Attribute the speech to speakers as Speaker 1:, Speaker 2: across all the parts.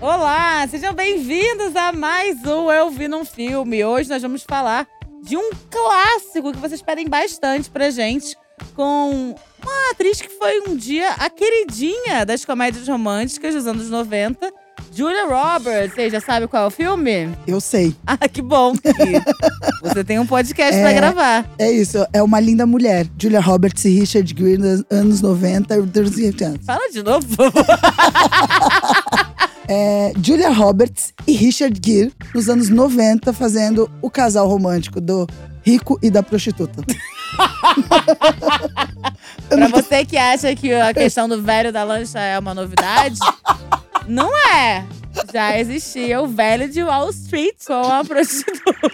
Speaker 1: Olá, sejam bem-vindos a mais um Eu Vi Num Filme. Hoje nós vamos falar de um clássico que vocês pedem bastante pra gente, com uma atriz que foi um dia a queridinha das comédias românticas dos anos 90, Julia Roberts. Você já sabe qual é o filme?
Speaker 2: Eu sei.
Speaker 1: Ah, que bom que você tem um podcast pra gravar.
Speaker 2: É isso, é Uma Linda Mulher. Julia Roberts e Richard Gere nos anos 90.
Speaker 1: Fala de novo, por favor.
Speaker 2: Julia Roberts e Richard Gere nos anos 90, fazendo o casal romântico do rico e da prostituta.
Speaker 1: Pra você que acha que a questão do velho da lancha é uma novidade, não é. Já existia o velho de Wall Street com a prostituta.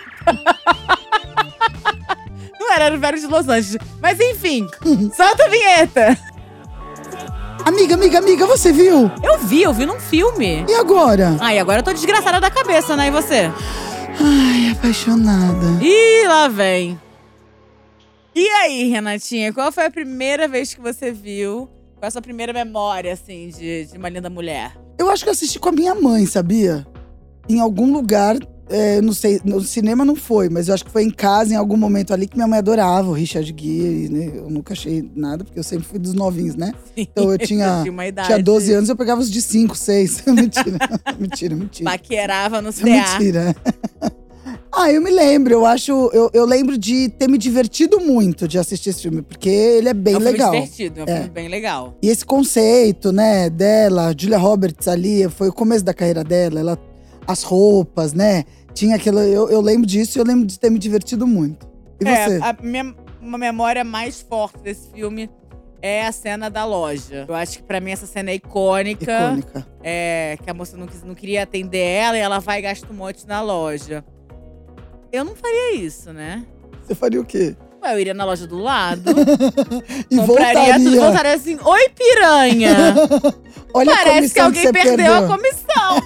Speaker 1: Não era o velho de Los Angeles. Mas enfim, solta a vinheta.
Speaker 2: Amiga, você viu?
Speaker 1: Eu vi num filme.
Speaker 2: E agora?
Speaker 1: Ai, agora eu tô desgraçada da cabeça, né? E você?
Speaker 2: Ai, apaixonada.
Speaker 1: Ih, lá vem. E aí, Renatinha, qual foi a primeira vez que você viu? Qual é a sua primeira memória, assim, de Uma Linda Mulher?
Speaker 2: Eu acho que eu assisti com a minha mãe, sabia? Em algum lugar, não sei, no cinema não foi, mas eu acho que foi em casa, em algum momento ali, que minha mãe adorava o Richard Gere, né? Eu nunca achei nada, porque eu sempre fui dos novinhos, né?
Speaker 1: Sim,
Speaker 2: Então eu tinha 12 anos, eu pegava os de 5, 6. Mentira.
Speaker 1: Paquerava no CA.
Speaker 2: Mentira. Eu me lembro, eu lembro de ter me divertido muito de assistir esse filme, porque ele é bem legal.
Speaker 1: É um filme divertido, é um filme bem legal.
Speaker 2: E esse conceito, né, dela, Julia Roberts ali, foi o começo da carreira dela, as roupas, né, tinha aquilo, eu lembro disso e eu lembro de ter me divertido muito. E você?
Speaker 1: Uma memória mais forte desse filme é a cena da loja. Eu acho que pra mim essa cena é icônica. Que a moça não queria atender ela e ela vai e gasta um monte na loja. Eu não faria isso, né?
Speaker 2: Você faria o quê?
Speaker 1: Ué, eu iria na loja do lado.
Speaker 2: E
Speaker 1: compraria tudo e voltaria assim: oi, piranha!
Speaker 2: Olha,
Speaker 1: parece que alguém perdeu a comissão.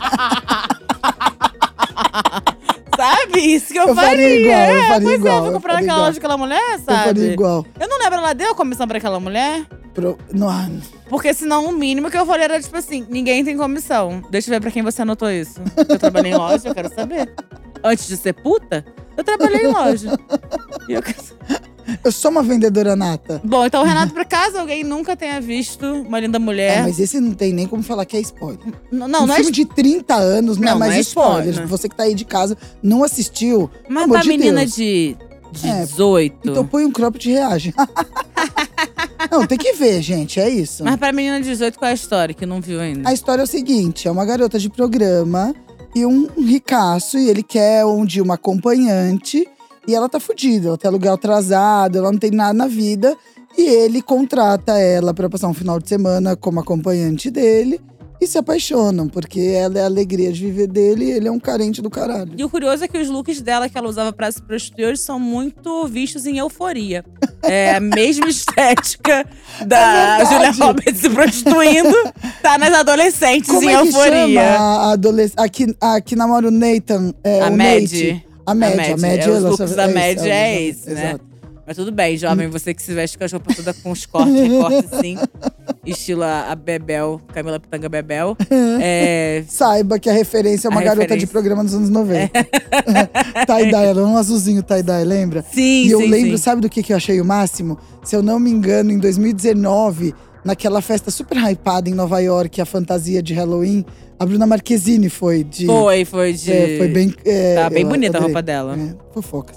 Speaker 1: Sabe? Isso que eu faria.
Speaker 2: Eu faria igual.
Speaker 1: Eu vou comprar naquela loja daquela mulher, sabe?
Speaker 2: Eu faria igual.
Speaker 1: Eu não lembro, ela deu a comissão pra aquela mulher?
Speaker 2: Não.
Speaker 1: Porque senão o mínimo que eu falei era tipo assim: ninguém tem comissão. Deixa eu ver pra quem você anotou isso. Eu trabalhei em loja, eu quero saber. Antes de ser puta, eu trabalhei em loja.
Speaker 2: Eu sou uma vendedora nata.
Speaker 1: Bom, então, Renato, por caso alguém nunca tenha visto Uma Linda Mulher…
Speaker 2: Mas esse não tem nem como falar que é spoiler.
Speaker 1: Não é
Speaker 2: filme de 30 anos não é mais spoiler.
Speaker 1: Né?
Speaker 2: Você que tá aí de casa, não assistiu,
Speaker 1: mas
Speaker 2: amor
Speaker 1: pra
Speaker 2: de
Speaker 1: menina
Speaker 2: Deus.
Speaker 1: de 18…
Speaker 2: Então põe um cropped e reage. Não, tem que ver, gente, é isso.
Speaker 1: Mas pra menina de 18, qual é a história que não viu ainda?
Speaker 2: A história é o seguinte, é uma garota de programa e um ricaço, e ele quer uma acompanhante, e ela tá fodida, ela tem aluguel atrasado, ela não tem nada na vida, e ele contrata ela pra passar um final de semana como acompanhante dele, e se apaixonam, porque ela é a alegria de viver dele e ele é um carente do caralho.
Speaker 1: E o curioso é que os looks dela que ela usava pra se prostituir hoje são muito vistos em Euforia. É a mesma estética da Julia Roberts se prostituindo, tá nas adolescentes
Speaker 2: Como
Speaker 1: em Euforia.
Speaker 2: Chama a que namora o Nathan,
Speaker 1: a
Speaker 2: Nate. A Mad.
Speaker 1: Os looks da Mad é esse, né?
Speaker 2: Exato.
Speaker 1: Mas tudo bem, jovem, você que se veste com as roupas todas com os recortes assim, estilo a Bebel, Camila Pitanga Bebel.
Speaker 2: Saiba que a referência é uma garota de programa dos anos 90. Tie-dye, ela um azulzinho tie-dye, lembra?
Speaker 1: Sim,
Speaker 2: E eu lembro, sabe do que eu achei o máximo? Se eu não me engano, em 2019, naquela festa super hypada em Nova York, a fantasia de Halloween, a Bruna Marquezine foi de…
Speaker 1: Foi
Speaker 2: bem…
Speaker 1: Tá bem bonita a roupa dela.
Speaker 2: Fofocas.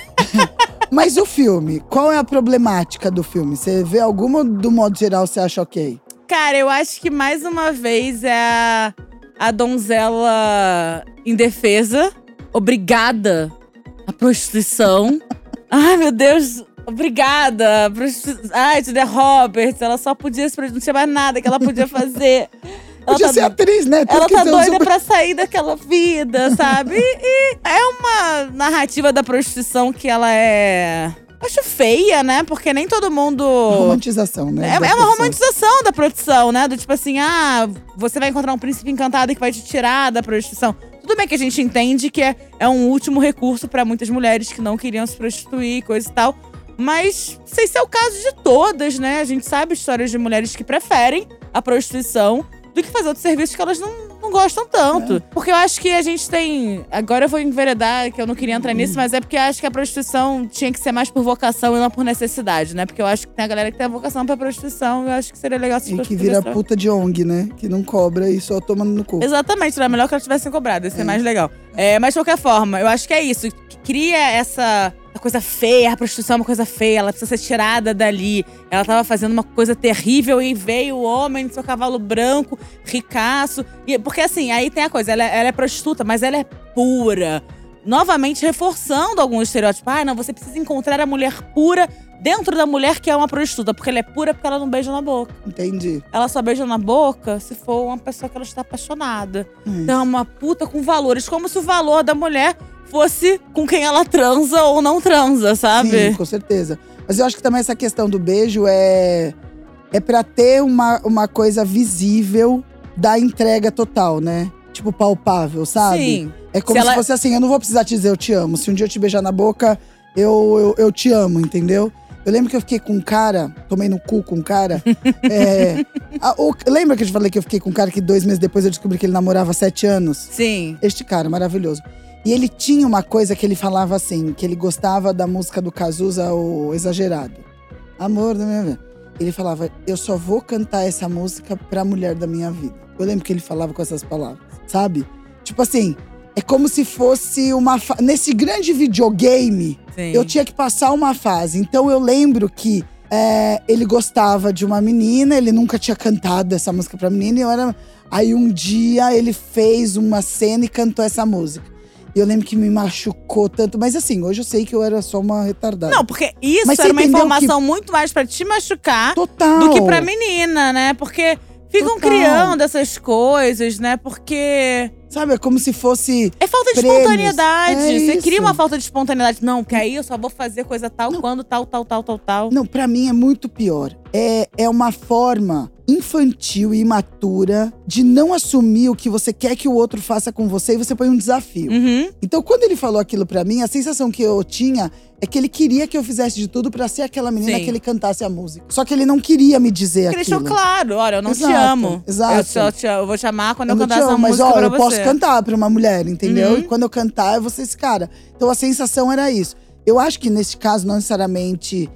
Speaker 2: Mas o filme, qual é a problemática do filme? Você vê alguma, do modo geral, você acha ok?
Speaker 1: Cara, eu acho que mais uma vez é a donzela indefesa, obrigada à prostituição. Ai, meu Deus, obrigada. Ai, Julia Roberts, ela só podia se prostituir, não tinha mais nada que ela podia fazer.
Speaker 2: Podia ser atriz, né?
Speaker 1: Ela tá doida pra sair daquela vida, sabe? E é uma narrativa da prostituição que ela é… acho feia, né? Porque nem todo mundo…
Speaker 2: romantização, né?
Speaker 1: É uma romantização da prostituição, né? Do tipo assim, você vai encontrar um príncipe encantado que vai te tirar da prostituição. Tudo bem que a gente entende que é um último recurso pra muitas mulheres que não queriam se prostituir, coisa e tal. Mas não sei se é o caso de todas, né? A gente sabe histórias de mulheres que preferem a prostituição do que fazer outros serviços que elas não não gostam tanto. Porque eu acho que a gente tem… Agora eu vou enveredar, que eu não queria entrar nisso, mas é porque eu acho que a prostituição tinha que ser mais por vocação e não por necessidade, né? Porque eu acho que tem a galera que tem a vocação pra prostituição, eu acho que seria legal se
Speaker 2: E que vira puta de ONG, né? Que não cobra e só toma no cu.
Speaker 1: Exatamente, era melhor que elas tivessem cobrado, ia ser mais legal. Mas de qualquer forma, eu acho que é isso. Que cria essa coisa feia, a prostituição é uma coisa feia, ela precisa ser tirada dali. Ela tava fazendo uma coisa terrível e veio o homem de seu cavalo branco, ricaço. Porque assim, aí tem a coisa, ela é prostituta, mas ela é pura. Novamente reforçando alguns estereótipos. Não, você precisa encontrar a mulher pura dentro da mulher que é uma prostituta. Porque ela é pura porque ela não beija na boca.
Speaker 2: Entendi.
Speaker 1: Ela só beija na boca se for uma pessoa que ela está apaixonada. Então é uma puta com valores. Como se o valor da mulher fosse com quem ela transa ou não transa, sabe?
Speaker 2: Sim, com certeza. Mas eu acho que também essa questão do beijo é pra ter uma coisa visível da entrega total, né? Tipo, palpável, sabe?
Speaker 1: Sim.
Speaker 2: É como se fosse assim, eu não vou precisar te dizer eu te amo. Se um dia eu te beijar na boca, eu te amo, entendeu? Eu lembro que eu fiquei com um cara, tomei no cu com um cara. Lembra que eu te falei que eu fiquei com um cara que 2 meses depois eu descobri que ele namorava há 7 anos?
Speaker 1: Sim.
Speaker 2: Este cara, maravilhoso. E ele tinha uma coisa que ele falava assim, que ele gostava da música do Cazuza, o Exagerado. Amor da minha vida. Ele falava, eu só vou cantar essa música pra mulher da minha vida. Eu lembro que ele falava com essas palavras, sabe? Tipo assim, é como se fosse nesse grande videogame,
Speaker 1: Sim.
Speaker 2: eu tinha que passar uma fase. Então eu lembro que ele gostava de uma menina, ele nunca tinha cantado essa música pra menina. Aí um dia ele fez uma cena e cantou essa música. E eu lembro que me machucou tanto. Mas assim, hoje eu sei que eu era só uma retardada.
Speaker 1: Não, porque isso
Speaker 2: Mas
Speaker 1: era uma informação muito mais pra te machucar
Speaker 2: Total.
Speaker 1: do que pra menina, né? Porque ficam
Speaker 2: Total.
Speaker 1: criando essas coisas, né? Porque…
Speaker 2: Sabe, é como se fosse…
Speaker 1: É falta de
Speaker 2: prêmios.
Speaker 1: espontaneidade. Você
Speaker 2: Isso.
Speaker 1: cria uma falta de espontaneidade. Não, que aí eu só vou fazer coisa tal quando tal.
Speaker 2: Não, pra mim é muito pior. É uma forma infantil e imatura de não assumir o que você quer que o outro faça com você e você põe um desafio.
Speaker 1: Uhum.
Speaker 2: Então, quando ele falou aquilo pra mim, a sensação que eu tinha é que ele queria que eu fizesse de tudo pra ser aquela menina
Speaker 1: Sim.
Speaker 2: que ele cantasse a música. Só que ele não queria me dizer
Speaker 1: Porque
Speaker 2: aquilo.
Speaker 1: deixou claro, olha, eu não te
Speaker 2: Exato,
Speaker 1: amo.
Speaker 2: exato.
Speaker 1: Eu vou te amar quando eu
Speaker 2: não
Speaker 1: cantar
Speaker 2: te
Speaker 1: essa
Speaker 2: amo,
Speaker 1: música
Speaker 2: mas
Speaker 1: pra
Speaker 2: eu
Speaker 1: você.
Speaker 2: posso cantar pra uma mulher, entendeu?
Speaker 1: Uhum.
Speaker 2: E quando eu cantar, eu vou ser esse cara. Então a sensação era isso. Eu acho que nesse caso, não necessariamente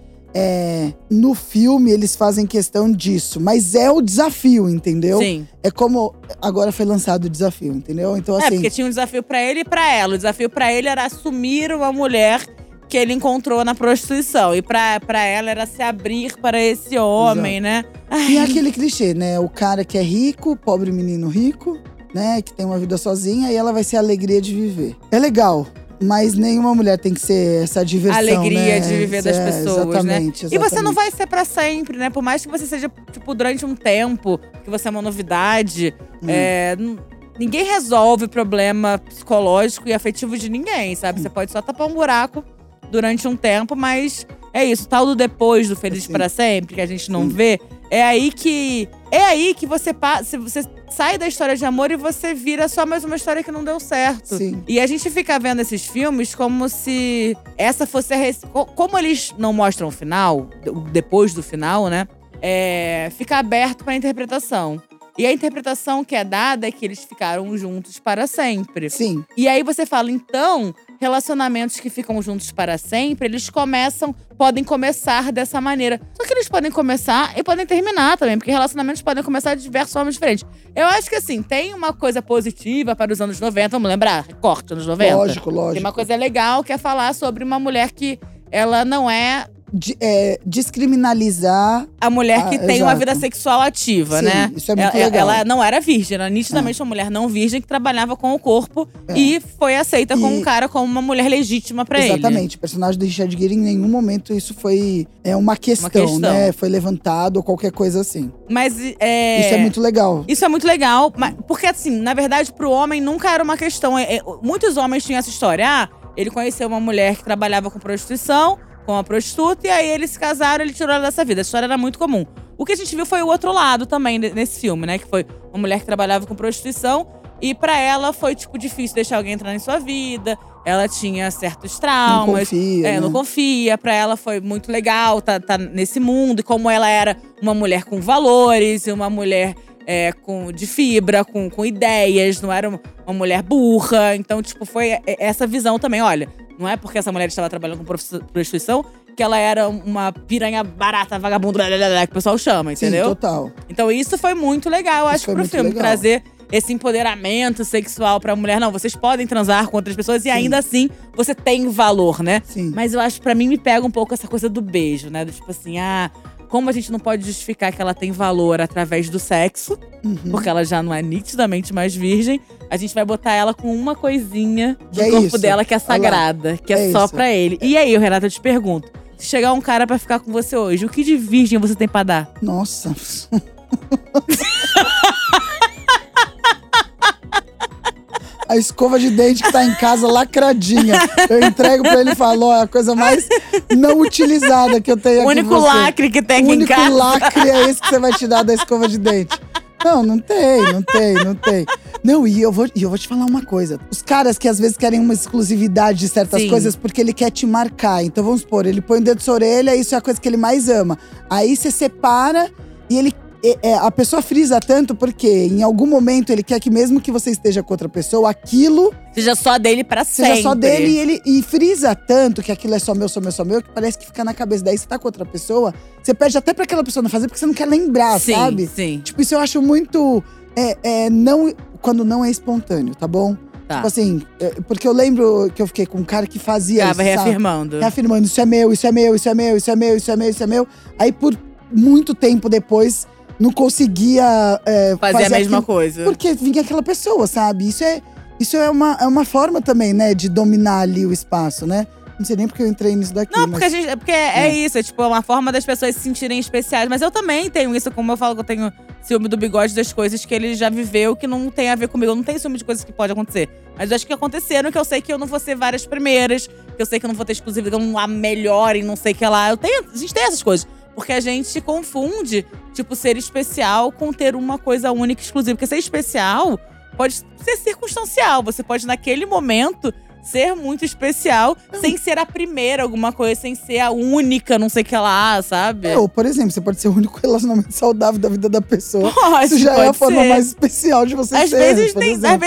Speaker 2: no filme eles fazem questão disso. Mas é o desafio, entendeu?
Speaker 1: Sim.
Speaker 2: É como agora foi lançado o desafio, entendeu? Então assim…
Speaker 1: porque tinha um desafio pra ele e pra ela. O desafio pra ele era assumir uma mulher que ele encontrou na prostituição. E pra ela era se abrir para esse homem, né?
Speaker 2: E é aquele clichê, né? O cara que é rico, pobre menino rico, né? Que tem uma vida sozinha e ela vai ser a alegria de viver. É legal. Mas nenhuma mulher tem que ser essa diversão,
Speaker 1: Alegria
Speaker 2: né?
Speaker 1: de viver das pessoas,
Speaker 2: exatamente,
Speaker 1: né? E você não
Speaker 2: exatamente.
Speaker 1: vai ser pra sempre, né? Por mais que você seja, tipo, durante um tempo, que você é uma novidade. Ninguém resolve problema psicológico e afetivo de ninguém, sabe? Você pode só tapar um buraco durante um tempo, mas é isso. O tal do depois do Feliz para Sempre, que a gente não vê, é aí que você sai da história de amor e você vira só mais uma história que não deu certo.
Speaker 2: Sim.
Speaker 1: E a gente fica vendo esses filmes como se essa fosse como eles não mostram o final, depois do final, né? Fica aberto pra interpretação. E a interpretação que é dada é que eles ficaram juntos para sempre.
Speaker 2: Sim.
Speaker 1: E aí você fala, então, relacionamentos que ficam juntos para sempre, eles podem começar dessa maneira. Só que eles podem começar e podem terminar também, porque relacionamentos podem começar de diversas formas diferentes. Eu acho que, assim, tem uma coisa positiva para os anos 90, vamos lembrar? Recorte, anos 90.
Speaker 2: Lógico.
Speaker 1: Tem uma coisa legal que é falar sobre uma mulher que ela não é…
Speaker 2: descriminalizar
Speaker 1: a mulher que tem uma vida sexual ativa,
Speaker 2: Sim,
Speaker 1: né?
Speaker 2: isso é muito legal.
Speaker 1: Ela não era virgem, era nitidamente uma mulher não virgem que trabalhava com o corpo e foi aceita como um cara, como uma mulher legítima pra ele.
Speaker 2: Exatamente. O personagem do Richard Gere, em nenhum momento isso foi uma questão, né? Foi levantado ou qualquer coisa assim.
Speaker 1: Mas
Speaker 2: isso é muito legal.
Speaker 1: Isso é muito legal, porque assim, na verdade, pro homem nunca era uma questão. Muitos homens tinham essa história. Ele conheceu uma mulher que trabalhava com prostituição, com uma prostituta, e aí eles se casaram, ele tirou ela dessa vida. Essa história era muito comum. O que a gente viu foi o outro lado também nesse filme, né? Que foi uma mulher que trabalhava com prostituição e pra ela foi, tipo, difícil deixar alguém entrar em sua vida. Ela tinha certos traumas.
Speaker 2: Não confia, né?
Speaker 1: Não confia. Pra ela foi muito legal tá nesse mundo. E como ela era uma mulher com valores, e uma mulher de fibra, com ideias, não era uma mulher burra. Então, tipo, foi essa visão também. Olha, não é porque essa mulher estava trabalhando com prostituição que ela era uma piranha barata, vagabunda, que o pessoal chama, entendeu?
Speaker 2: Sim, total.
Speaker 1: Então isso foi muito legal, eu acho, pro filme.
Speaker 2: Legal.
Speaker 1: Trazer esse empoderamento sexual pra mulher. Não, vocês podem transar com outras pessoas e ainda assim você tem valor, né?
Speaker 2: Sim.
Speaker 1: Mas eu acho, pra mim, me pega um pouco essa coisa do beijo, né? Do tipo assim, como a gente não pode justificar que ela tem valor através do sexo, porque ela já não é nitidamente mais virgem, a gente vai botar ela com uma coisinha do corpo dela que é sagrada, que é só pra ele. E aí, Renata, eu te pergunto, se chegar um cara pra ficar com você hoje, o que de virgem você tem pra dar?
Speaker 2: Nossa. A escova de dente que tá em casa lacradinha. Eu entrego pra ele e falo, ó, é a coisa mais não utilizada que eu tenho aqui.
Speaker 1: O único lacre que tem aqui em casa.
Speaker 2: O único lacre é esse que você vai tirar da escova de dente. Não tem. Não, e eu vou te falar uma coisa. Os caras que às vezes querem uma exclusividade de certas coisas porque ele quer te marcar. Então vamos supor, ele põe o dedo na sua orelha, isso é a coisa que ele mais ama. Aí você separa e ele… a pessoa frisa tanto porque em algum momento ele quer que mesmo que você esteja com outra pessoa, aquilo…
Speaker 1: seja só dele pra sempre.
Speaker 2: Seja só dele e frisa tanto que aquilo é só meu, que parece que fica na cabeça. Daí você tá com outra pessoa, você pede até pra aquela pessoa não fazer porque você não quer lembrar, sabe?
Speaker 1: Sim.
Speaker 2: Tipo, isso eu acho muito… quando não é espontâneo, tá bom?
Speaker 1: Tá.
Speaker 2: Tipo assim, porque eu lembro que eu fiquei com um cara que fazia isso,
Speaker 1: reafirmando.
Speaker 2: Reafirmando, isso é meu, isso é meu, isso é meu, isso é meu, isso é meu, isso é meu. Aí por muito tempo depois… não conseguia
Speaker 1: fazer a mesma
Speaker 2: aquilo,
Speaker 1: coisa.
Speaker 2: porque vinha aquela pessoa, sabe? Isso é uma forma também, né? De dominar ali o espaço, né? Não sei nem porque eu entrei nisso daqui.
Speaker 1: Não, porque, é isso. É tipo uma forma das pessoas se sentirem especiais. Mas eu também tenho isso, como eu falo que eu tenho ciúme do bigode das coisas que ele já viveu, que não tem a ver comigo. Eu não tenho ciúme de coisas que podem acontecer. Mas eu acho que aconteceram, que eu sei que eu não vou ser várias primeiras, que eu sei que eu não vou ter exclusividade, que eu não a melhor e não sei o que lá. A gente tem essas coisas. Porque a gente confunde, tipo, ser especial com ter uma coisa única e exclusiva. Porque ser especial pode ser circunstancial. Você pode, naquele momento, ser muito especial sem ser a primeira alguma coisa, sem ser a única, não sei o que lá, sabe?
Speaker 2: Ou, por exemplo, você pode ser o único relacionamento saudável da vida da pessoa.
Speaker 1: Pode,
Speaker 2: isso já é a forma
Speaker 1: ser.
Speaker 2: Mais especial de você
Speaker 1: às
Speaker 2: ser.
Speaker 1: Vezes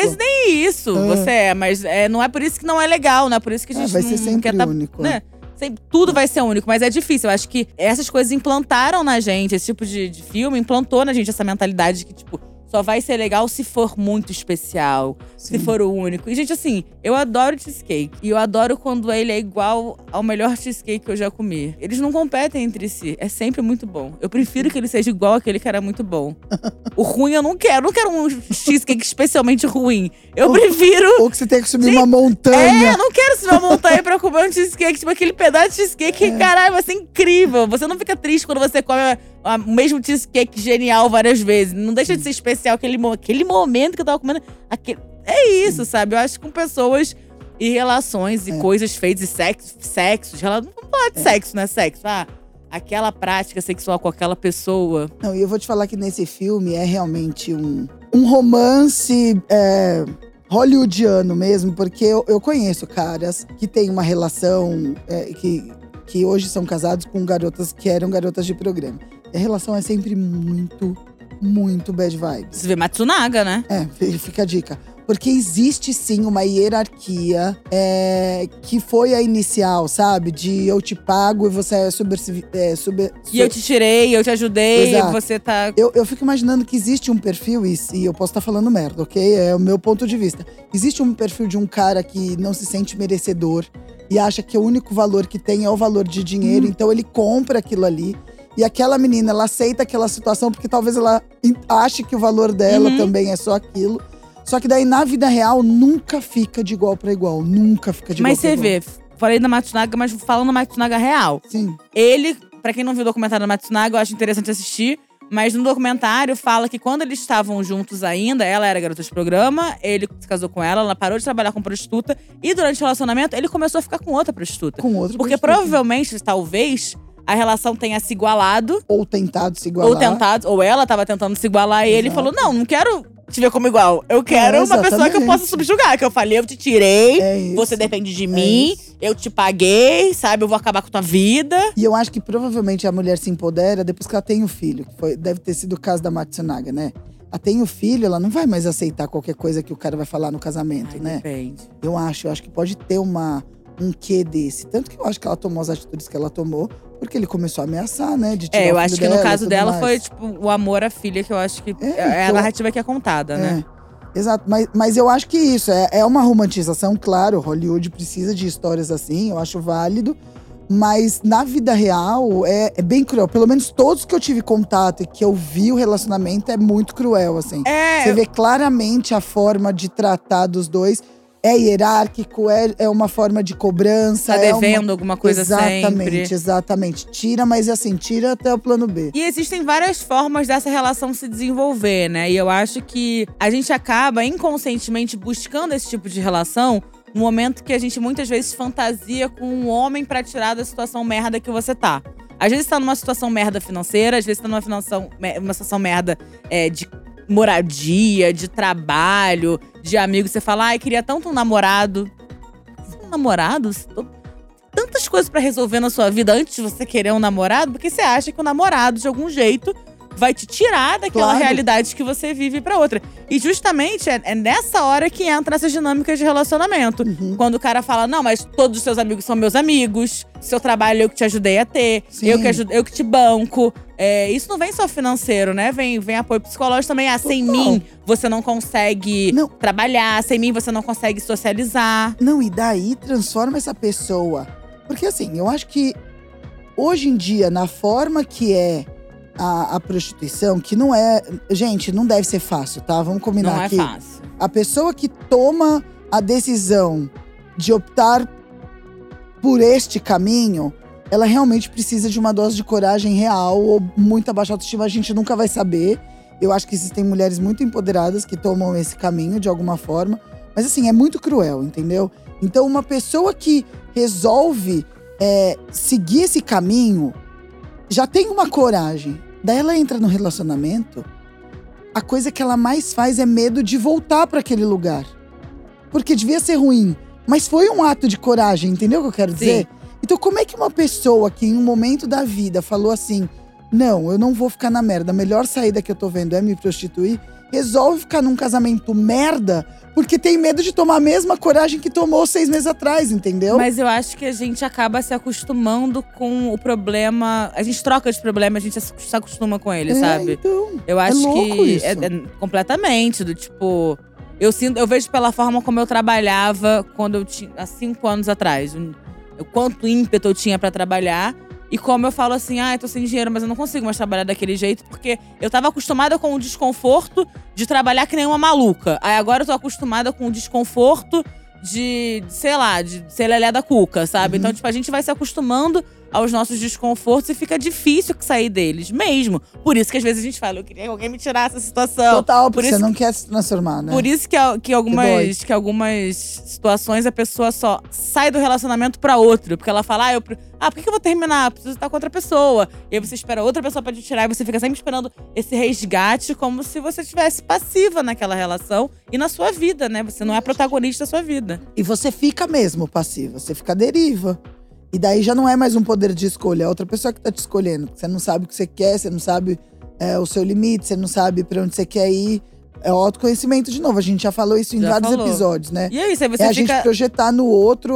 Speaker 1: nem isso você é, mas não é por isso que não é legal, não é por isso que a gente
Speaker 2: vai ser sempre
Speaker 1: quer
Speaker 2: único,
Speaker 1: né? Tudo vai ser único, mas é difícil. Eu acho que essas coisas implantaram na gente, esse tipo de filme implantou na gente essa mentalidade de que, tipo, só vai ser legal se for muito especial, se for o único. E, gente, assim, eu adoro cheesecake. E eu adoro quando ele é igual ao melhor cheesecake que eu já comi. Eles não competem entre si. É sempre muito bom. Eu prefiro que ele seja igual àquele que era muito bom. O ruim eu não quero. Eu não quero um cheesecake especialmente ruim. Eu prefiro…
Speaker 2: Ou que você tem que subir uma montanha.
Speaker 1: Eu não quero subir uma montanha pra comer um cheesecake. Tipo, aquele pedaço de cheesecake, caralho, vai ser incrível. Você não fica triste quando você come o mesmo cheesecake genial várias vezes. Não deixa de ser especial aquele momento que eu tava comendo. É isso, sabe? Eu acho que com pessoas e relações e coisas feitas e sexos. Não falar de sexo, né? Sexo. Aquela prática sexual com aquela pessoa.
Speaker 2: Não, e eu vou te falar que nesse filme é realmente um romance hollywoodiano mesmo. Porque eu conheço caras que têm uma relação que hoje são casados com garotas que eram garotas de programa. A relação é sempre muito, muito bad vibes.
Speaker 1: Você vê Matsunaga, né?
Speaker 2: Fica a dica. Porque existe sim uma hierarquia que foi a inicial, sabe? De eu te pago e você é
Speaker 1: E eu te tirei, eu te ajudei,
Speaker 2: Exato.
Speaker 1: E você tá…
Speaker 2: Eu fico imaginando que existe um perfil, e eu posso estar falando merda, ok? É o meu ponto de vista. Existe um perfil de um cara que não se sente merecedor e acha que o único valor que tem é o valor de dinheiro. Então ele compra aquilo ali. E aquela menina, ela aceita aquela situação porque talvez ela ache que o valor dela também é só aquilo. Só que daí, na vida real, nunca fica de igual pra igual. Nunca fica de igual pra igual.
Speaker 1: Mas você vê, falei da Matsunaga, mas falando da Matsunaga real.
Speaker 2: Sim.
Speaker 1: Ele, pra quem não viu o documentário da Matsunaga, eu acho interessante assistir. Mas no documentário fala que quando eles estavam juntos ainda, ela era garota de programa, ele se casou com ela parou de trabalhar com prostituta. E durante o relacionamento, ele começou a ficar com outra prostituta. Porque provavelmente, talvez… a relação tenha se igualado.
Speaker 2: Ou tentado se igualar.
Speaker 1: Ou ela tava tentando se igualar e ele falou, não quero te ver como igual. Eu quero uma pessoa que eu possa subjugar. Que eu falei, eu te tirei, você depende de mim, eu te paguei, sabe? Eu vou acabar com tua vida.
Speaker 2: E eu acho que provavelmente a mulher se empodera depois que ela tem o filho. Deve ter sido o caso da Matsunaga, né? ela tem o filho, ela não vai mais aceitar qualquer coisa que o cara vai falar no casamento, né?
Speaker 1: Depende.
Speaker 2: Eu acho que pode ter um quê desse. Tanto que eu acho que ela tomou as atitudes que ela tomou, porque ele começou a ameaçar, né? De tirar
Speaker 1: Eu
Speaker 2: o
Speaker 1: acho
Speaker 2: filho
Speaker 1: que no
Speaker 2: dela e
Speaker 1: caso
Speaker 2: tudo
Speaker 1: dela
Speaker 2: mais.
Speaker 1: foi, tipo, o amor à filha, que eu acho que é a
Speaker 2: então,
Speaker 1: narrativa que é contada, né?
Speaker 2: Exato, mas eu acho que isso é uma romantização, claro. Hollywood precisa de histórias assim, eu acho válido. Mas na vida real é bem cruel. Pelo menos todos que eu tive contato e que eu vi o relacionamento é muito cruel, assim. Você vê claramente a forma de tratar dos dois. É hierárquico, é uma forma de cobrança.
Speaker 1: Tá devendo alguma coisa sempre.
Speaker 2: Exatamente. Tira, mas assim, tira até o plano B.
Speaker 1: E existem várias formas dessa relação se desenvolver, né? E eu acho que a gente acaba inconscientemente buscando esse tipo de relação no momento que a gente muitas vezes fantasia com um homem pra tirar da situação merda que você tá. Às vezes tá numa situação merda financeira, às vezes tá numa situação merda de moradia, de trabalho, de amigo. Você fala, ai, queria tanto um namorado. Um namorado? Tantas coisas pra resolver na sua vida antes de você querer um namorado, porque você acha que o namorado, de algum jeito, vai te tirar daquela realidade que você vive pra outra. E justamente é nessa hora que entra essas dinâmicas de relacionamento. Quando o cara fala, não, mas todos os seus amigos são meus amigos, seu trabalho eu que te ajudei a ter, eu que te banco. Isso não vem só financeiro, né? Vem apoio psicológico também. Sem mim, você não consegue trabalhar. Sem mim, você não consegue socializar.
Speaker 2: Não, e daí transforma essa pessoa. Porque assim, eu acho que hoje em dia, na forma que é a prostituição, que não é… Gente, não deve ser fácil, tá? Vamos combinar aqui.
Speaker 1: Não é fácil.
Speaker 2: A pessoa que toma a decisão de optar por este caminho, ela realmente precisa de uma dose de coragem real ou muita baixa autoestima, a gente nunca vai saber. Eu acho que existem mulheres muito empoderadas que tomam esse caminho de alguma forma. Mas assim, é muito cruel, entendeu? Então uma pessoa que resolve seguir esse caminho, já tem uma coragem. Daí ela entra no relacionamento, a coisa que ela mais faz é medo de voltar para aquele lugar. Porque devia ser ruim, mas foi um ato de coragem, entendeu o que eu quero dizer? Então como é que uma pessoa que em um momento da vida falou assim, não, eu não vou ficar na merda, a melhor saída que eu tô vendo é me prostituir, resolve ficar num casamento merda, porque tem medo de tomar a mesma coragem que tomou 6 meses atrás, entendeu?
Speaker 1: Mas eu acho que a gente acaba se acostumando com o problema. A gente troca de problema, a gente se acostuma com ele, sabe?
Speaker 2: Então,
Speaker 1: eu acho
Speaker 2: louco
Speaker 1: que
Speaker 2: isso.
Speaker 1: completamente, do tipo… Eu vejo pela forma como eu trabalhava quando eu tinha… há 5 anos atrás. O quanto ímpeto eu tinha pra trabalhar. E como eu falo assim, eu tô sem dinheiro, mas eu não consigo mais trabalhar daquele jeito. Porque eu tava acostumada com o desconforto de trabalhar que nem uma maluca. Aí agora eu tô acostumada com o desconforto de ser lelé da cuca, sabe? Então, tipo, a gente vai se acostumando aos nossos desconfortos e fica difícil sair deles mesmo. Por isso que às vezes a gente fala, eu queria que alguém me tirasse essa situação.
Speaker 2: Total, porque você não quer se transformar, né?
Speaker 1: Por isso que algumas situações a pessoa só sai do relacionamento pra outro. Porque ela fala, por que eu vou terminar? Eu preciso estar com outra pessoa. E aí você espera outra pessoa pra te tirar. E você fica sempre esperando esse resgate, como se você estivesse passiva naquela relação e na sua vida, né? Você não é protagonista da sua vida.
Speaker 2: E você fica mesmo passiva, você fica à deriva. E daí já não é mais um poder de escolha, é outra pessoa que tá te escolhendo. Você não sabe o que você quer, você não sabe o seu limite, você não sabe pra onde você quer ir. É o autoconhecimento de novo, a gente já falou isso em vários episódios, né?
Speaker 1: E é isso, aí você
Speaker 2: a gente projetar no outro,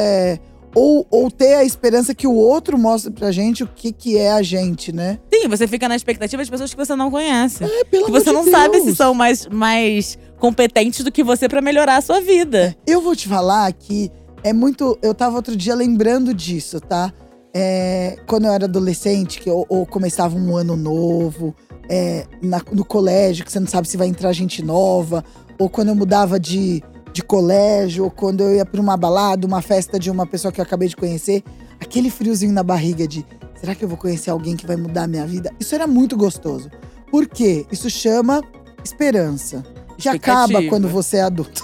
Speaker 2: ou ter a esperança que o outro mostre pra gente o que é a gente, né?
Speaker 1: Sim, você fica na expectativa de pessoas que você não conhece.
Speaker 2: Pelo
Speaker 1: que você
Speaker 2: amor
Speaker 1: não
Speaker 2: de
Speaker 1: sabe
Speaker 2: Deus.
Speaker 1: se são mais competentes do que você pra melhorar a sua vida.
Speaker 2: Eu vou te falar que eu tava outro dia lembrando disso, tá? Quando eu era adolescente, ou começava um ano novo, no colégio, que você não sabe se vai entrar gente nova, ou quando eu mudava de colégio, ou quando eu ia pra uma balada, uma festa de uma pessoa que eu acabei de conhecer, aquele friozinho na barriga de, será que eu vou conhecer alguém que vai mudar a minha vida? Isso era muito gostoso. Por quê? Isso chama esperança. Que acaba quando você é adulto.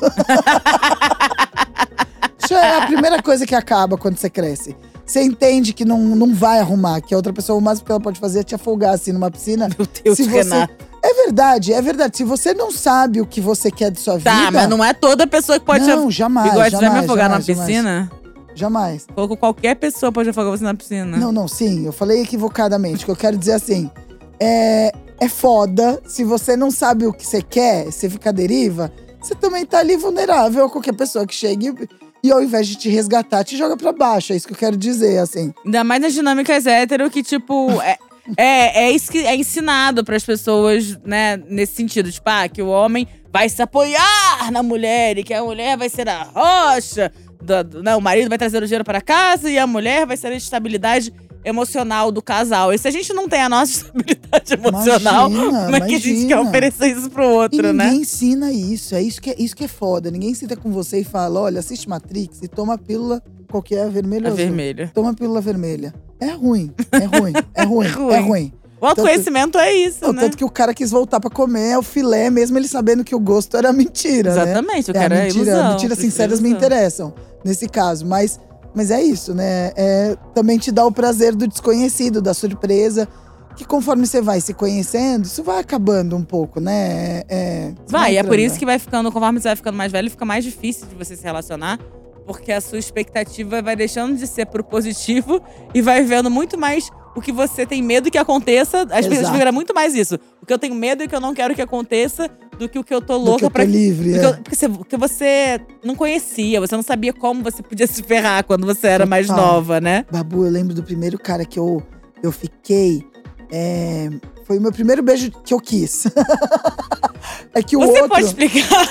Speaker 2: Isso é a primeira coisa que acaba quando você cresce. Você entende que não vai arrumar, que a outra pessoa, o máximo que ela pode fazer é te afogar assim numa piscina.
Speaker 1: Meu Deus, Renato.
Speaker 2: É verdade. Se você não sabe o que você quer de sua vida…
Speaker 1: Tá, mas não é toda pessoa que pode…
Speaker 2: Não, jamais,
Speaker 1: igual
Speaker 2: jamais,
Speaker 1: me afogar
Speaker 2: jamais,
Speaker 1: na piscina?
Speaker 2: Jamais.
Speaker 1: Qualquer pessoa pode afogar você na piscina.
Speaker 2: Não, sim. Eu falei equivocadamente. O que eu quero dizer assim… é foda. Se você não sabe o que você quer, você fica à deriva, você também tá ali vulnerável a qualquer pessoa que chegue e ao invés de te resgatar, te joga pra baixo. É isso que eu quero dizer, assim.
Speaker 1: Ainda mais nas dinâmicas hétero, que, tipo, é isso que é ensinado pras pessoas, né? Nesse sentido, tipo, que o homem vai se apoiar na mulher e que a mulher vai ser a rocha. O marido vai trazer o dinheiro para casa e a mulher vai ser a estabilidade emocional do casal. E se a gente não tem a nossa estabilidade emocional, como é que a gente quer oferecer isso pro outro, né?
Speaker 2: Ninguém ensina isso. É isso que é foda. Ninguém senta com você e fala, olha, assiste Matrix e toma a pílula qualquer vermelha.
Speaker 1: A vermelha.
Speaker 2: Toma a pílula vermelha. É ruim. É ruim.
Speaker 1: O autoconhecimento é isso, né?
Speaker 2: Tanto que o cara quis voltar pra comer o filé, mesmo ele sabendo que o gosto era mentira,
Speaker 1: Exatamente,
Speaker 2: né?
Speaker 1: O cara é ilusão.
Speaker 2: Mentiras sinceras me interessam, nesse caso. Mas é isso, né? Também te dá o prazer do desconhecido, da surpresa. Que conforme você vai se conhecendo, isso vai acabando um pouco, né?
Speaker 1: É por isso que vai ficando, conforme você vai ficando mais velho, fica mais difícil de você se relacionar. Porque a sua expectativa vai deixando de ser pro positivo e vai vendo muito mais o que você tem medo que aconteça. A expectativa era muito mais isso. O que eu tenho medo e o que eu não quero que aconteça do que o que eu tô louca pra…
Speaker 2: livre,
Speaker 1: Porque você não conhecia, você não sabia como você podia se ferrar quando você era mais nova, né?
Speaker 2: Babu, eu lembro do primeiro cara que eu fiquei… Foi o meu primeiro beijo que eu quis. É que
Speaker 1: Você pode explicar?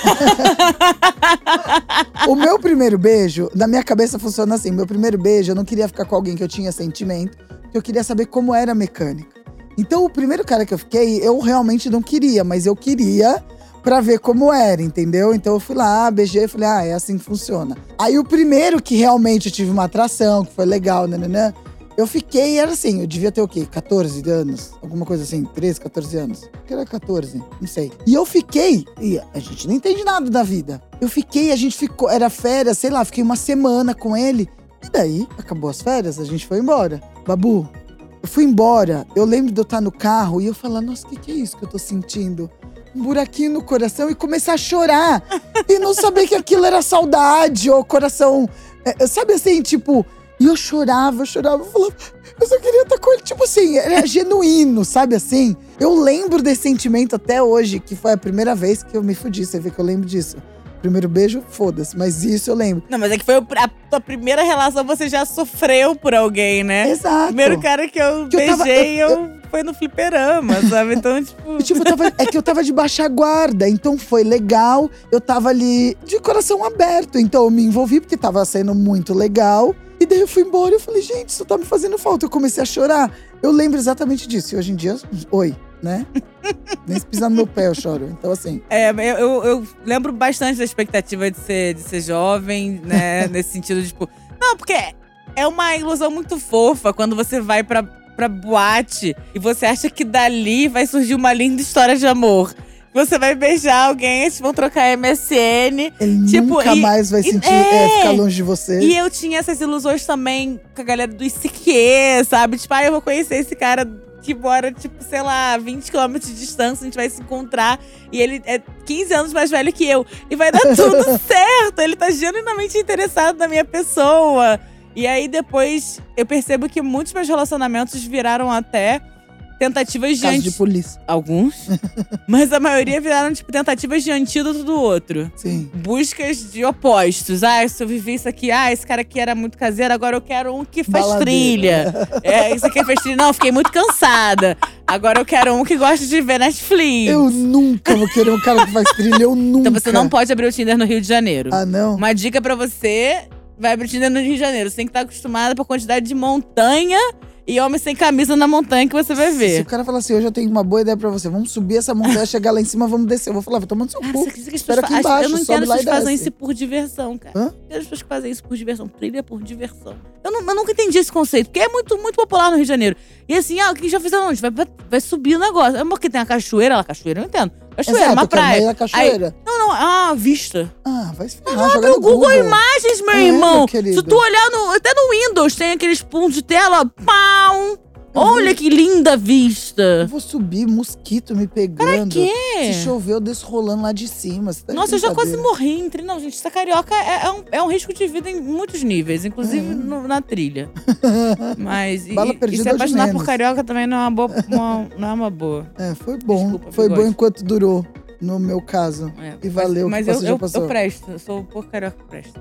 Speaker 2: O meu primeiro beijo, na minha cabeça funciona assim. Meu primeiro beijo, eu não queria ficar com alguém que eu tinha sentimento. Porque eu queria saber como era a mecânica. Então, o primeiro cara que eu fiquei, eu realmente não queria. Mas eu queria pra ver como era, entendeu? Então, eu fui lá, beijei e falei, é assim que funciona. Aí, o primeiro que realmente eu tive uma atração, que foi legal, nananã. Eu fiquei, era assim, eu devia ter o quê? 14 anos? Alguma coisa assim, 13, 14 anos. Acho que era 14, não sei. E eu fiquei, e a gente não entende nada da vida. Eu fiquei, a gente ficou, era férias, sei lá, fiquei uma semana com ele. E daí, acabou as férias, a gente foi embora. Babu, eu fui embora, eu lembro de eu estar no carro e eu falar, nossa, o que é isso que eu tô sentindo? Um buraquinho no coração e começar a chorar. E não saber que aquilo era saudade ou coração, sabe assim, tipo… E eu chorava, eu falava, eu só queria estar com ele. Tipo assim, era genuíno, sabe assim? Eu lembro desse sentimento até hoje, que foi a primeira vez que eu me fudi. Você vê que eu lembro disso. Primeiro beijo, foda-se, mas isso eu lembro.
Speaker 1: Não, mas é que foi a tua primeira relação, você já sofreu por alguém, né?
Speaker 2: Exato.
Speaker 1: Primeiro cara que eu beijei, foi no fliperama, sabe? Então, tipo…
Speaker 2: eu tava de baixa guarda, então foi legal. Eu tava ali de coração aberto, então eu me envolvi porque tava sendo muito legal. E daí eu fui embora e eu falei, gente, isso tá me fazendo falta. Eu comecei a chorar. Eu lembro exatamente disso. E hoje em dia, né? Nem se pisar no meu pé eu choro. Então, assim…
Speaker 1: Eu lembro bastante da expectativa de ser jovem, né? Nesse sentido, tipo… Não, porque é uma ilusão muito fofa quando você vai pra boate e você acha que dali vai surgir uma linda história de amor. Você vai beijar alguém, eles vão trocar MSN.
Speaker 2: Ele nunca mais vai sentir ficar longe de você.
Speaker 1: E eu tinha essas ilusões também com a galera do ICQ, sabe? Tipo, eu vou conhecer esse cara que mora, tipo, sei lá, 20 km de distância, a gente vai se encontrar. E ele é 15 anos mais velho que eu. E vai dar tudo certo. Ele tá genuinamente interessado na minha pessoa. E aí, depois, eu percebo que muitos meus relacionamentos viraram até… tentativas
Speaker 2: de polícia.
Speaker 1: Alguns. Mas a maioria viraram, tipo, tentativas de antídoto do outro.
Speaker 2: Sim.
Speaker 1: Buscas de opostos. Se eu vivi isso aqui… esse cara aqui era muito caseiro, agora eu quero um que faz trilha. Esse aqui faz trilha. Não, fiquei muito cansada. Agora eu quero um que gosta de ver Netflix.
Speaker 2: Eu nunca vou querer um cara que faz trilha, eu nunca.
Speaker 1: Então você não pode abrir o Tinder no Rio de Janeiro.
Speaker 2: Ah, não?
Speaker 1: Uma dica pra você… vai abrir o Tinder no Rio de Janeiro. Você tem que estar acostumada com a quantidade de montanha e homem sem camisa na montanha que você vai ver.
Speaker 2: Se o cara falar assim, hoje eu tenho uma boa ideia pra você, vamos subir essa montanha, chegar lá em cima, vamos descer. Eu vou falar, vai tomando seu cu. Espera aqui embaixo,
Speaker 1: eu não entendo as pessoas que fazem
Speaker 2: desce.
Speaker 1: isso por diversão, cara.
Speaker 2: Hã?
Speaker 1: Eu entendo as pessoas que fazem isso por diversão. Trilha por diversão. Eu nunca entendi esse conceito, porque é muito, muito popular no Rio de Janeiro. E assim, o que já fizeram onde? Vai subir o negócio. É porque tem a cachoeira, cachoeira eu entendo. Cachoeira, uma praia.
Speaker 2: Cachoeira.
Speaker 1: Não, vista.
Speaker 2: Vai se ferrar, joga
Speaker 1: no Google Imagens, meu irmão.
Speaker 2: Meu
Speaker 1: Se tu olhar até no Windows, tem aqueles pontos de tela, pau. Olha que linda vista!
Speaker 2: Eu vou subir, mosquito me pegando.
Speaker 1: Pra quê?
Speaker 2: Se chover, eu desço rolando lá de cima. Tá
Speaker 1: Nossa, eu já quase morri. Não, gente, essa carioca é um risco de vida em muitos níveis, inclusive na trilha. Mas
Speaker 2: Bala
Speaker 1: e se apaixonar por carioca também não é uma boa.
Speaker 2: Foi bom.
Speaker 1: Desculpa,
Speaker 2: foi bom enquanto durou, no meu caso. E valeu.
Speaker 1: Mas
Speaker 2: eu
Speaker 1: presto. Eu sou um pouco carioca que presto.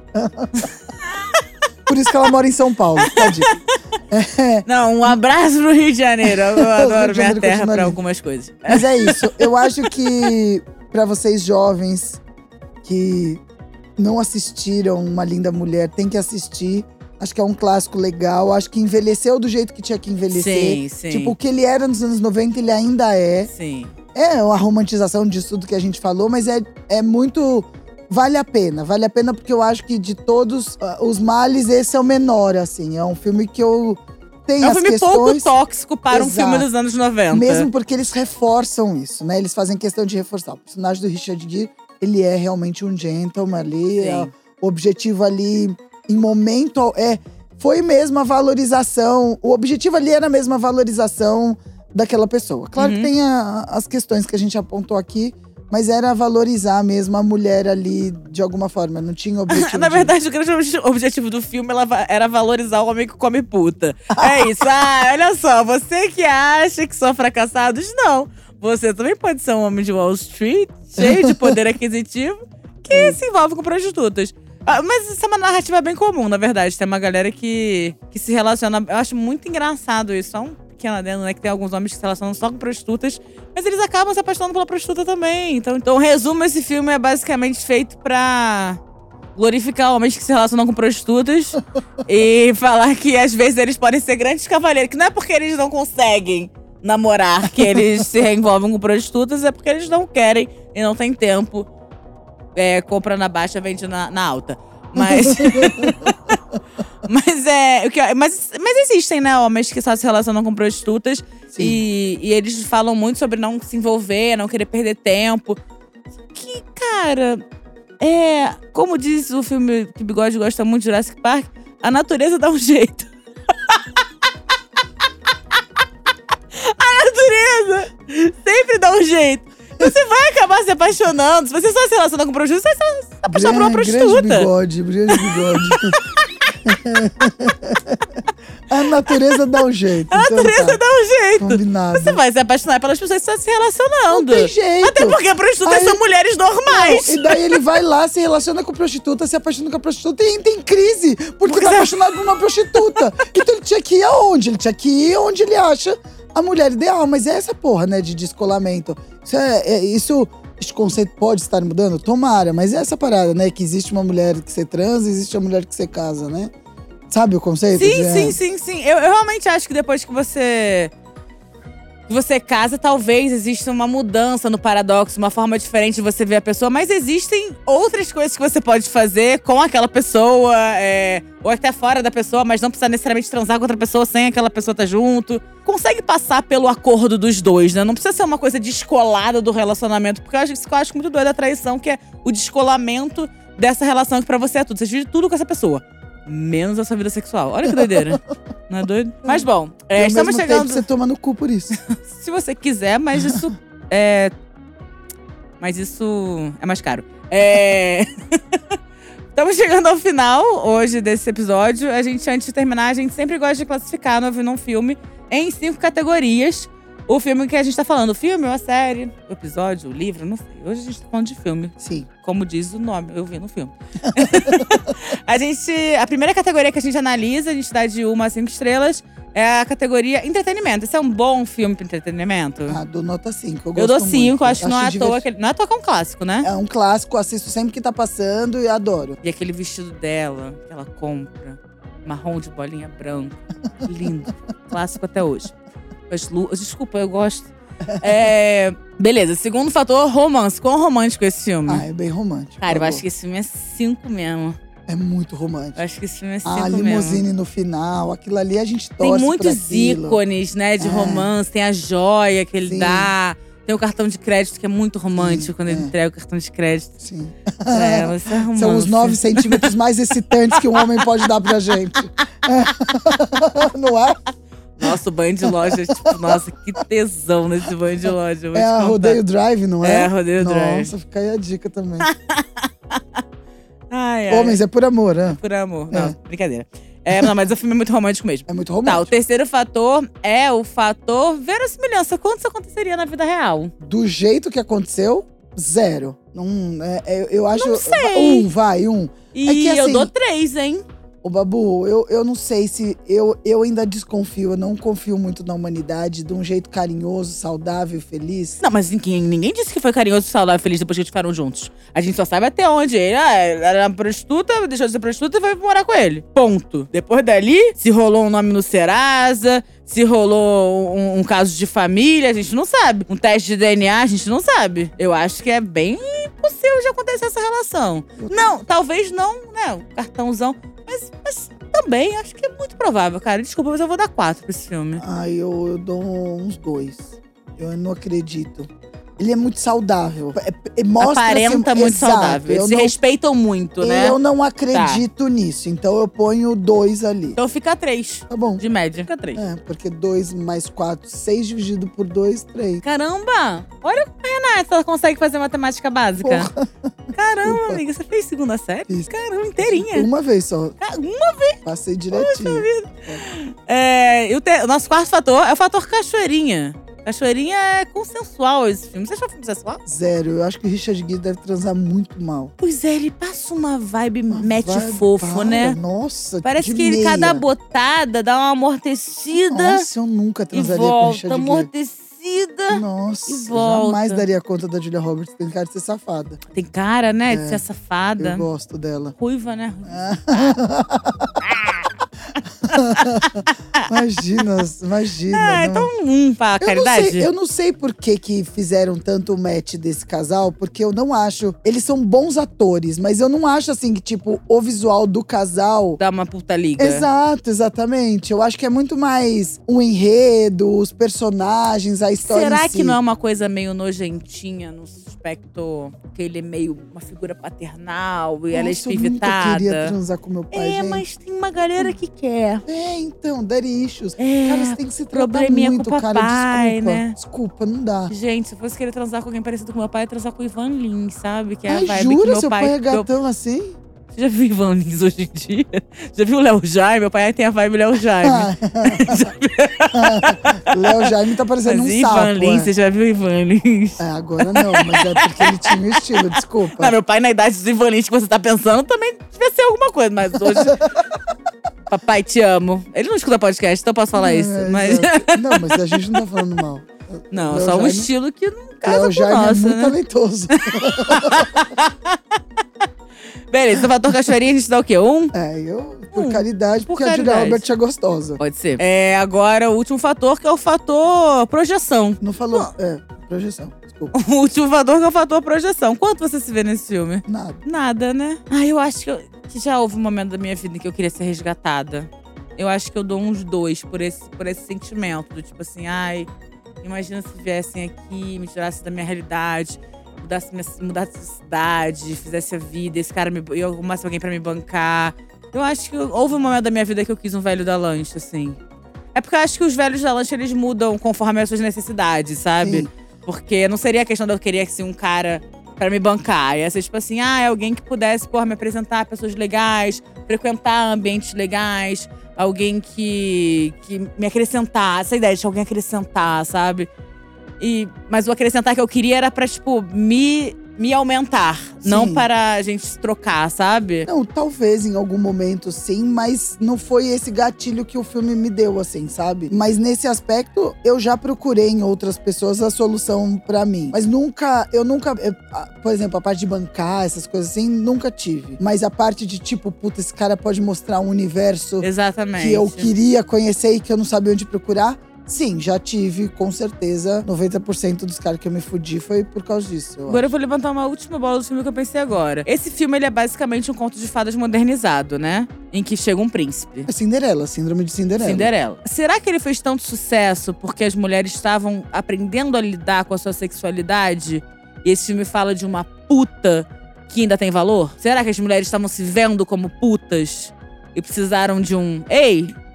Speaker 2: Por isso que ela mora em São Paulo, tadinha.
Speaker 1: Não, um abraço pro Rio de Janeiro. Eu adoro minha terra pra algumas coisas.
Speaker 2: Mas é isso. Eu acho que pra vocês jovens que não assistiram Uma Linda Mulher, tem que assistir. Acho que é um clássico legal. Acho que envelheceu do jeito que tinha que envelhecer.
Speaker 1: Sim.
Speaker 2: Tipo, o que ele era nos anos 90, ele ainda é.
Speaker 1: Sim.
Speaker 2: É uma romantização disso tudo que a gente falou, mas é muito… Vale a pena porque eu acho que de todos os males, esse é o menor, assim. É um filme que eu tenho as questões…
Speaker 1: É um filme pouco tóxico para um filme dos anos 90.
Speaker 2: Mesmo porque eles reforçam isso, né? Eles fazem questão de reforçar. O personagem do Richard Gere, ele é realmente um gentleman ali. O objetivo ali, em momento… foi mesmo a valorização. O objetivo ali era mesmo a valorização daquela pessoa. Claro que tem as questões que a gente apontou aqui, mas era valorizar mesmo a mulher ali de alguma forma. Não tinha objetivo.
Speaker 1: Na verdade, o grande objetivo do filme era valorizar o homem que come puta. É isso. Olha só, você que acha que são fracassados, não. Você também pode ser um homem de Wall Street, cheio de poder aquisitivo, que se envolve com prostitutas. Mas isso é uma narrativa bem comum, na verdade. Tem uma galera que se relaciona… Eu acho muito engraçado isso. Só um pequeno adendo, né? Que tem alguns homens que se relacionam só com prostitutas, mas eles acabam se apaixonando pela prostituta também. Então, resumo, esse filme é basicamente feito pra glorificar homens que se relacionam com prostitutas e falar que às vezes eles podem ser grandes cavalheiros. Que não é porque eles não conseguem namorar que eles se reenvolvem com prostitutas, é porque eles não querem e não têm tempo. Compra na baixa, vende na alta. Mas… mas existem, né, homens que só se relacionam com prostitutas. E eles falam muito sobre não se envolver, não querer perder tempo. Que, cara… como diz o filme que Bigode gosta muito, Jurassic Park, a natureza dá um jeito. A natureza sempre dá um jeito. Você vai acabar se apaixonando. Se você só se relaciona com prostituta, você vai se apaixonar por uma prostituta.
Speaker 2: Grande bigode. A natureza dá um jeito.
Speaker 1: A natureza dá um jeito.
Speaker 2: Combinado.
Speaker 1: Você vai se apaixonar pelas pessoas que estão se relacionando.
Speaker 2: Não tem jeito.
Speaker 1: Até porque prostitutas são mulheres normais.
Speaker 2: Não, e daí ele vai lá, se relaciona com prostituta, se apaixona com a prostituta e entra em crise. Porque tá apaixonado por uma prostituta. Então ele tinha que ir aonde? Ele tinha que ir onde ele acha a mulher ideal. Mas é essa porra, né, de descolamento. Esse conceito pode estar mudando? Tomara, mas é essa parada, né? Que existe uma mulher que você transa, existe a mulher que você casa, né? Sabe o conceito?
Speaker 1: Sim. Eu realmente acho que depois que você casa, talvez exista uma mudança no paradoxo, uma forma diferente de você ver a pessoa. Mas existem outras coisas que você pode fazer com aquela pessoa, ou até fora da pessoa, mas não precisa necessariamente transar com outra pessoa sem aquela pessoa estar junto. Consegue passar pelo acordo dos dois, né? Não precisa ser uma coisa descolada do relacionamento, porque eu acho muito doido a traição, que é o descolamento dessa relação que pra você é tudo. Você divide tudo com essa pessoa, menos a sua vida sexual. Olha que doideira. Não é doido? Mas bom, estamos chegando…
Speaker 2: Você toma no cu por isso.
Speaker 1: Se você quiser, mas isso é… Mas isso é mais caro. Estamos chegando ao final hoje desse episódio. Antes de terminar, a gente sempre gosta de classificar no Ouvindo um Filme em 5 categorias. O filme que a gente tá falando, o filme, a série, o episódio, o livro, não sei. Hoje a gente tá falando de filme.
Speaker 2: Sim.
Speaker 1: Como diz o nome, eu vi no filme. A primeira categoria que a gente analisa, a gente dá de 1 a 5 estrelas, é a categoria entretenimento. Esse é um bom filme pra entretenimento?
Speaker 2: Dou nota 5.
Speaker 1: Eu dou 5, acho que não é à toa que é um clássico, né?
Speaker 2: É um clássico, assisto sempre que tá passando e adoro.
Speaker 1: E aquele vestido dela, que ela compra, marrom de bolinha branca. Lindo. Clássico até hoje. Desculpa, eu gosto. Beleza, segundo fator, romance. Quão romântico esse filme?
Speaker 2: É bem romântico.
Speaker 1: Cara, eu acho que esse filme é 5 mesmo.
Speaker 2: É muito romântico.
Speaker 1: Eu acho que esse filme é 5 mesmo.
Speaker 2: A limusine no final, aquilo ali a gente torce.
Speaker 1: Tem muitos ícones, né, de romance. Tem a joia que ele dá. Tem o cartão de crédito, que é muito romântico quando ele entrega o cartão de crédito.
Speaker 2: Sim.
Speaker 1: Você é romance.
Speaker 2: São os 9 centímetros mais excitantes que um homem pode dar pra gente. Não é?
Speaker 1: Nossa, o banho de loja, tipo, nossa, que tesão nesse banho de loja.
Speaker 2: É a Rodeio Drive, não é?
Speaker 1: É a Rodeio Drive.
Speaker 2: Nossa, fica aí a dica também.
Speaker 1: Ai, ai.
Speaker 2: Homens, é por amor, né?
Speaker 1: Por amor. Não, brincadeira. Não, mas o filme é muito romântico mesmo.
Speaker 2: É muito
Speaker 1: Tá, o
Speaker 2: romântico.
Speaker 1: terceiro fator é o fator verossimilhança. Quanto isso aconteceria na vida real?
Speaker 2: Do jeito que aconteceu, 0. Não, eu acho…
Speaker 1: Não sei.
Speaker 2: 1, vai, 1.
Speaker 1: E
Speaker 2: É que,
Speaker 1: eu
Speaker 2: assim,
Speaker 1: dou 3, hein?
Speaker 2: Ô, Babu, eu não sei se… Eu ainda desconfio, eu não confio muito na humanidade de um jeito carinhoso, saudável, feliz.
Speaker 1: Não, mas ninguém disse que foi carinhoso, saudável, feliz depois que eles ficaram juntos. A gente só sabe até onde. Ele era uma prostituta, deixou de ser prostituta e foi morar com ele. Ponto. Depois dali, se rolou um nome no Serasa, se rolou um caso de família, a gente não sabe. Um teste de DNA, a gente não sabe. Eu acho que é bem possível de acontecer essa relação. Não, talvez não, né? Um cartãozão. Mas também acho que é muito provável, cara. Desculpa, mas eu vou dar 4 pra esse filme.
Speaker 2: Ai, eu dou uns 2. Eu não acredito. Ele é muito saudável. Mostra
Speaker 1: Aparenta muito saudável. Eles se respeitam muito, né?
Speaker 2: Eu não acredito nisso. Então eu ponho 2 ali.
Speaker 1: Então fica 3.
Speaker 2: Tá bom.
Speaker 1: De média. Fica 3.
Speaker 2: É, porque 2 mais 4, 6 dividido por 2, 3.
Speaker 1: Caramba! Olha como a Renata consegue fazer matemática básica.
Speaker 2: Porra.
Speaker 1: Caramba,
Speaker 2: Desculpa.
Speaker 1: amiga. Você fez segunda série?
Speaker 2: Fiz.
Speaker 1: Caramba, inteirinha.
Speaker 2: Uma vez só.
Speaker 1: Uma vez.
Speaker 2: Passei direitinho.
Speaker 1: E o nosso quarto fator é o fator cachoeirinha. Cachoeirinha é consensual esse filme. Você achou o filme consensual?
Speaker 2: 0. Eu acho que o Richard Gere deve transar muito mal.
Speaker 1: Pois é, ele passa uma vibe match
Speaker 2: Vai,
Speaker 1: fofo,
Speaker 2: para.
Speaker 1: né?
Speaker 2: Nossa,
Speaker 1: Parece
Speaker 2: de
Speaker 1: que ele,
Speaker 2: meia.
Speaker 1: cada botada dá uma amortecida
Speaker 2: Nossa, eu nunca
Speaker 1: e
Speaker 2: transaria com o
Speaker 1: volta,
Speaker 2: Richard Gere.
Speaker 1: amortecida.
Speaker 2: Nossa,
Speaker 1: e volta.
Speaker 2: jamais daria conta da Julia Roberts. Tem cara de ser safada.
Speaker 1: Tem cara, né, de
Speaker 2: É,
Speaker 1: ser safada.
Speaker 2: Eu gosto dela.
Speaker 1: Ruiva, né?
Speaker 2: Imagina.
Speaker 1: Ah,
Speaker 2: não.
Speaker 1: então pra caridade.
Speaker 2: Eu não sei por que fizeram tanto o match desse casal, porque eu não acho… Eles são bons atores, mas eu não acho, assim, que, tipo, o visual do casal…
Speaker 1: Dá uma puta liga.
Speaker 2: Exato, exatamente. Eu acho que é muito mais o enredo, os personagens, a história
Speaker 1: Será
Speaker 2: em si.
Speaker 1: que não é uma coisa meio nojentinha no aspecto que ele é meio uma figura paternal e ela é
Speaker 2: Nossa, eu nunca
Speaker 1: espivitada?
Speaker 2: queria transar com meu pai, gente.
Speaker 1: Mas tem uma galera que quer.
Speaker 2: Então, daddy issues.
Speaker 1: É,
Speaker 2: Cara, você tem que se tratar
Speaker 1: probleminha
Speaker 2: muito,
Speaker 1: com o
Speaker 2: cara.
Speaker 1: papai,
Speaker 2: Desculpa.
Speaker 1: né?
Speaker 2: Desculpa, não dá.
Speaker 1: Gente, se eu fosse querer transar com alguém parecido com meu pai, eu ia transar com o Ivan Lins, sabe? Que é a
Speaker 2: Ai,
Speaker 1: vibe
Speaker 2: jura?
Speaker 1: que meu
Speaker 2: Seu pai é
Speaker 1: meu-
Speaker 2: gatão assim?
Speaker 1: Você já viu o Ivan Lins hoje em dia? Já viu o Léo Jaime? Meu pai tem a vibe Léo Jaime.
Speaker 2: Léo Jaime tá parecendo
Speaker 1: Mas
Speaker 2: um
Speaker 1: Ivan
Speaker 2: sapo.
Speaker 1: Lins, você já viu o Ivan Lins?
Speaker 2: É, agora não, mas é porque ele tinha um estilo, desculpa.
Speaker 1: Não, meu pai, na idade dos Ivan Lins que você tá pensando, também devia ser alguma coisa, mas hoje… Papai, te amo. Ele não escuta podcast, então eu posso falar isso. Mas…
Speaker 2: exato. Não, mas a gente não tá falando mal.
Speaker 1: Não,
Speaker 2: Léo
Speaker 1: só um
Speaker 2: Jaime-
Speaker 1: estilo que não casa
Speaker 2: Léo
Speaker 1: com o
Speaker 2: Jaime
Speaker 1: nosso,
Speaker 2: é muito
Speaker 1: né?
Speaker 2: talentoso.
Speaker 1: Beleza, no fator cachoeirinha a gente dá o quê? 1?
Speaker 2: Eu, por caridade,
Speaker 1: por
Speaker 2: porque a Julia
Speaker 1: caridade.
Speaker 2: Roberts é gostosa.
Speaker 1: Pode ser. Agora o último fator, que é o fator projeção.
Speaker 2: Não falou. Projeção, desculpa.
Speaker 1: O último fator, que é o fator projeção. Quanto você se vê nesse filme?
Speaker 2: Nada.
Speaker 1: Nada, né? Eu acho que já houve um momento da minha vida em que eu queria ser resgatada. Eu acho que eu dou uns 2 por esse sentimento. Do tipo assim, imagina se viessem aqui, me tirassem da minha realidade, mudasse de cidade, fizesse a vida, esse cara eu arrumasse alguém pra me bancar. Eu acho que houve um momento da minha vida que eu quis um velho da lancha, assim. É porque eu acho que os velhos da lancha, eles mudam conforme as suas necessidades, sabe?
Speaker 2: Sim.
Speaker 1: Porque não seria a questão de eu querer assim, um cara pra me bancar. Ia ser tipo assim, é alguém que pudesse, me apresentar a pessoas legais, frequentar ambientes legais, alguém que me acrescentar. Essa ideia de alguém acrescentar, sabe? Mas o acrescentar que eu queria era pra, tipo, me aumentar.
Speaker 2: Sim.
Speaker 1: Não para a gente se trocar, sabe?
Speaker 2: Não, talvez em algum momento sim, mas não foi esse gatilho que o filme me deu, assim, sabe? Mas nesse aspecto, eu já procurei em outras pessoas a solução pra mim. Mas por exemplo, a parte de bancar, essas coisas assim, nunca tive. Mas a parte de tipo, puta, esse cara pode mostrar um universo
Speaker 1: Exatamente.
Speaker 2: que eu queria conhecer e que eu não sabia onde procurar. Sim, já tive, com certeza. 90% dos caras que eu me fudi foi por causa disso.
Speaker 1: Agora eu vou levantar uma última bola do filme que eu pensei agora. Esse filme, ele é basicamente um conto de fadas modernizado, né? Em que chega um príncipe.
Speaker 2: É Cinderela, síndrome de Cinderela.
Speaker 1: Cinderela. Será que ele fez tanto sucesso porque as mulheres estavam aprendendo a lidar com a sua sexualidade? E esse filme fala de uma puta que ainda tem valor? Será que as mulheres estavam se vendo como putas e precisaram de um… Ei,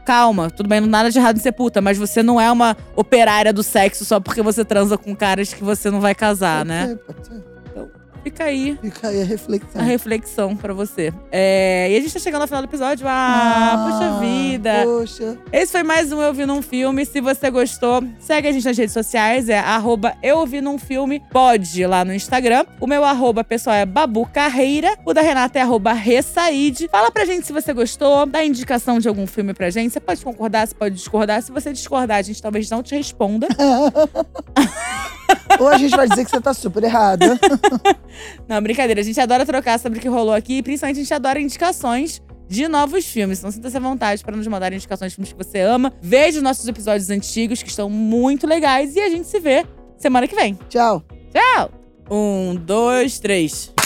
Speaker 1: calma, tudo bem, não nada de errado em ser puta, mas você não é uma operária do sexo só porque você transa com caras que você não vai casar, né?
Speaker 2: Pode ser.
Speaker 1: Então, fica aí
Speaker 2: Fica aí a reflexão.
Speaker 1: a reflexão pra você. E a gente tá chegando ao final do episódio. Poxa vida.
Speaker 2: Poxa.
Speaker 1: Esse foi mais um Eu Vi Num Filme. Se você gostou, segue a gente nas redes sociais. É @euvinumfilme. Pode ir lá no Instagram. O meu @ pessoal é Babu Carreira. O da Renata é @Ressaide. Fala pra gente se você gostou. Dá indicação de algum filme pra gente. Você pode concordar, você pode discordar. Se você discordar, a gente talvez não te responda.
Speaker 2: Ou a gente vai dizer que você tá super errada.
Speaker 1: Não, brincadeira. A gente adora trocar sobre o que rolou aqui. E principalmente a gente adora indicações de novos filmes. Então sinta-se à vontade para nos mandar indicações de filmes que você ama. Veja os nossos episódios antigos, que estão muito legais. E a gente se vê semana que vem.
Speaker 2: Tchau.
Speaker 1: Tchau! 1, 2, 3.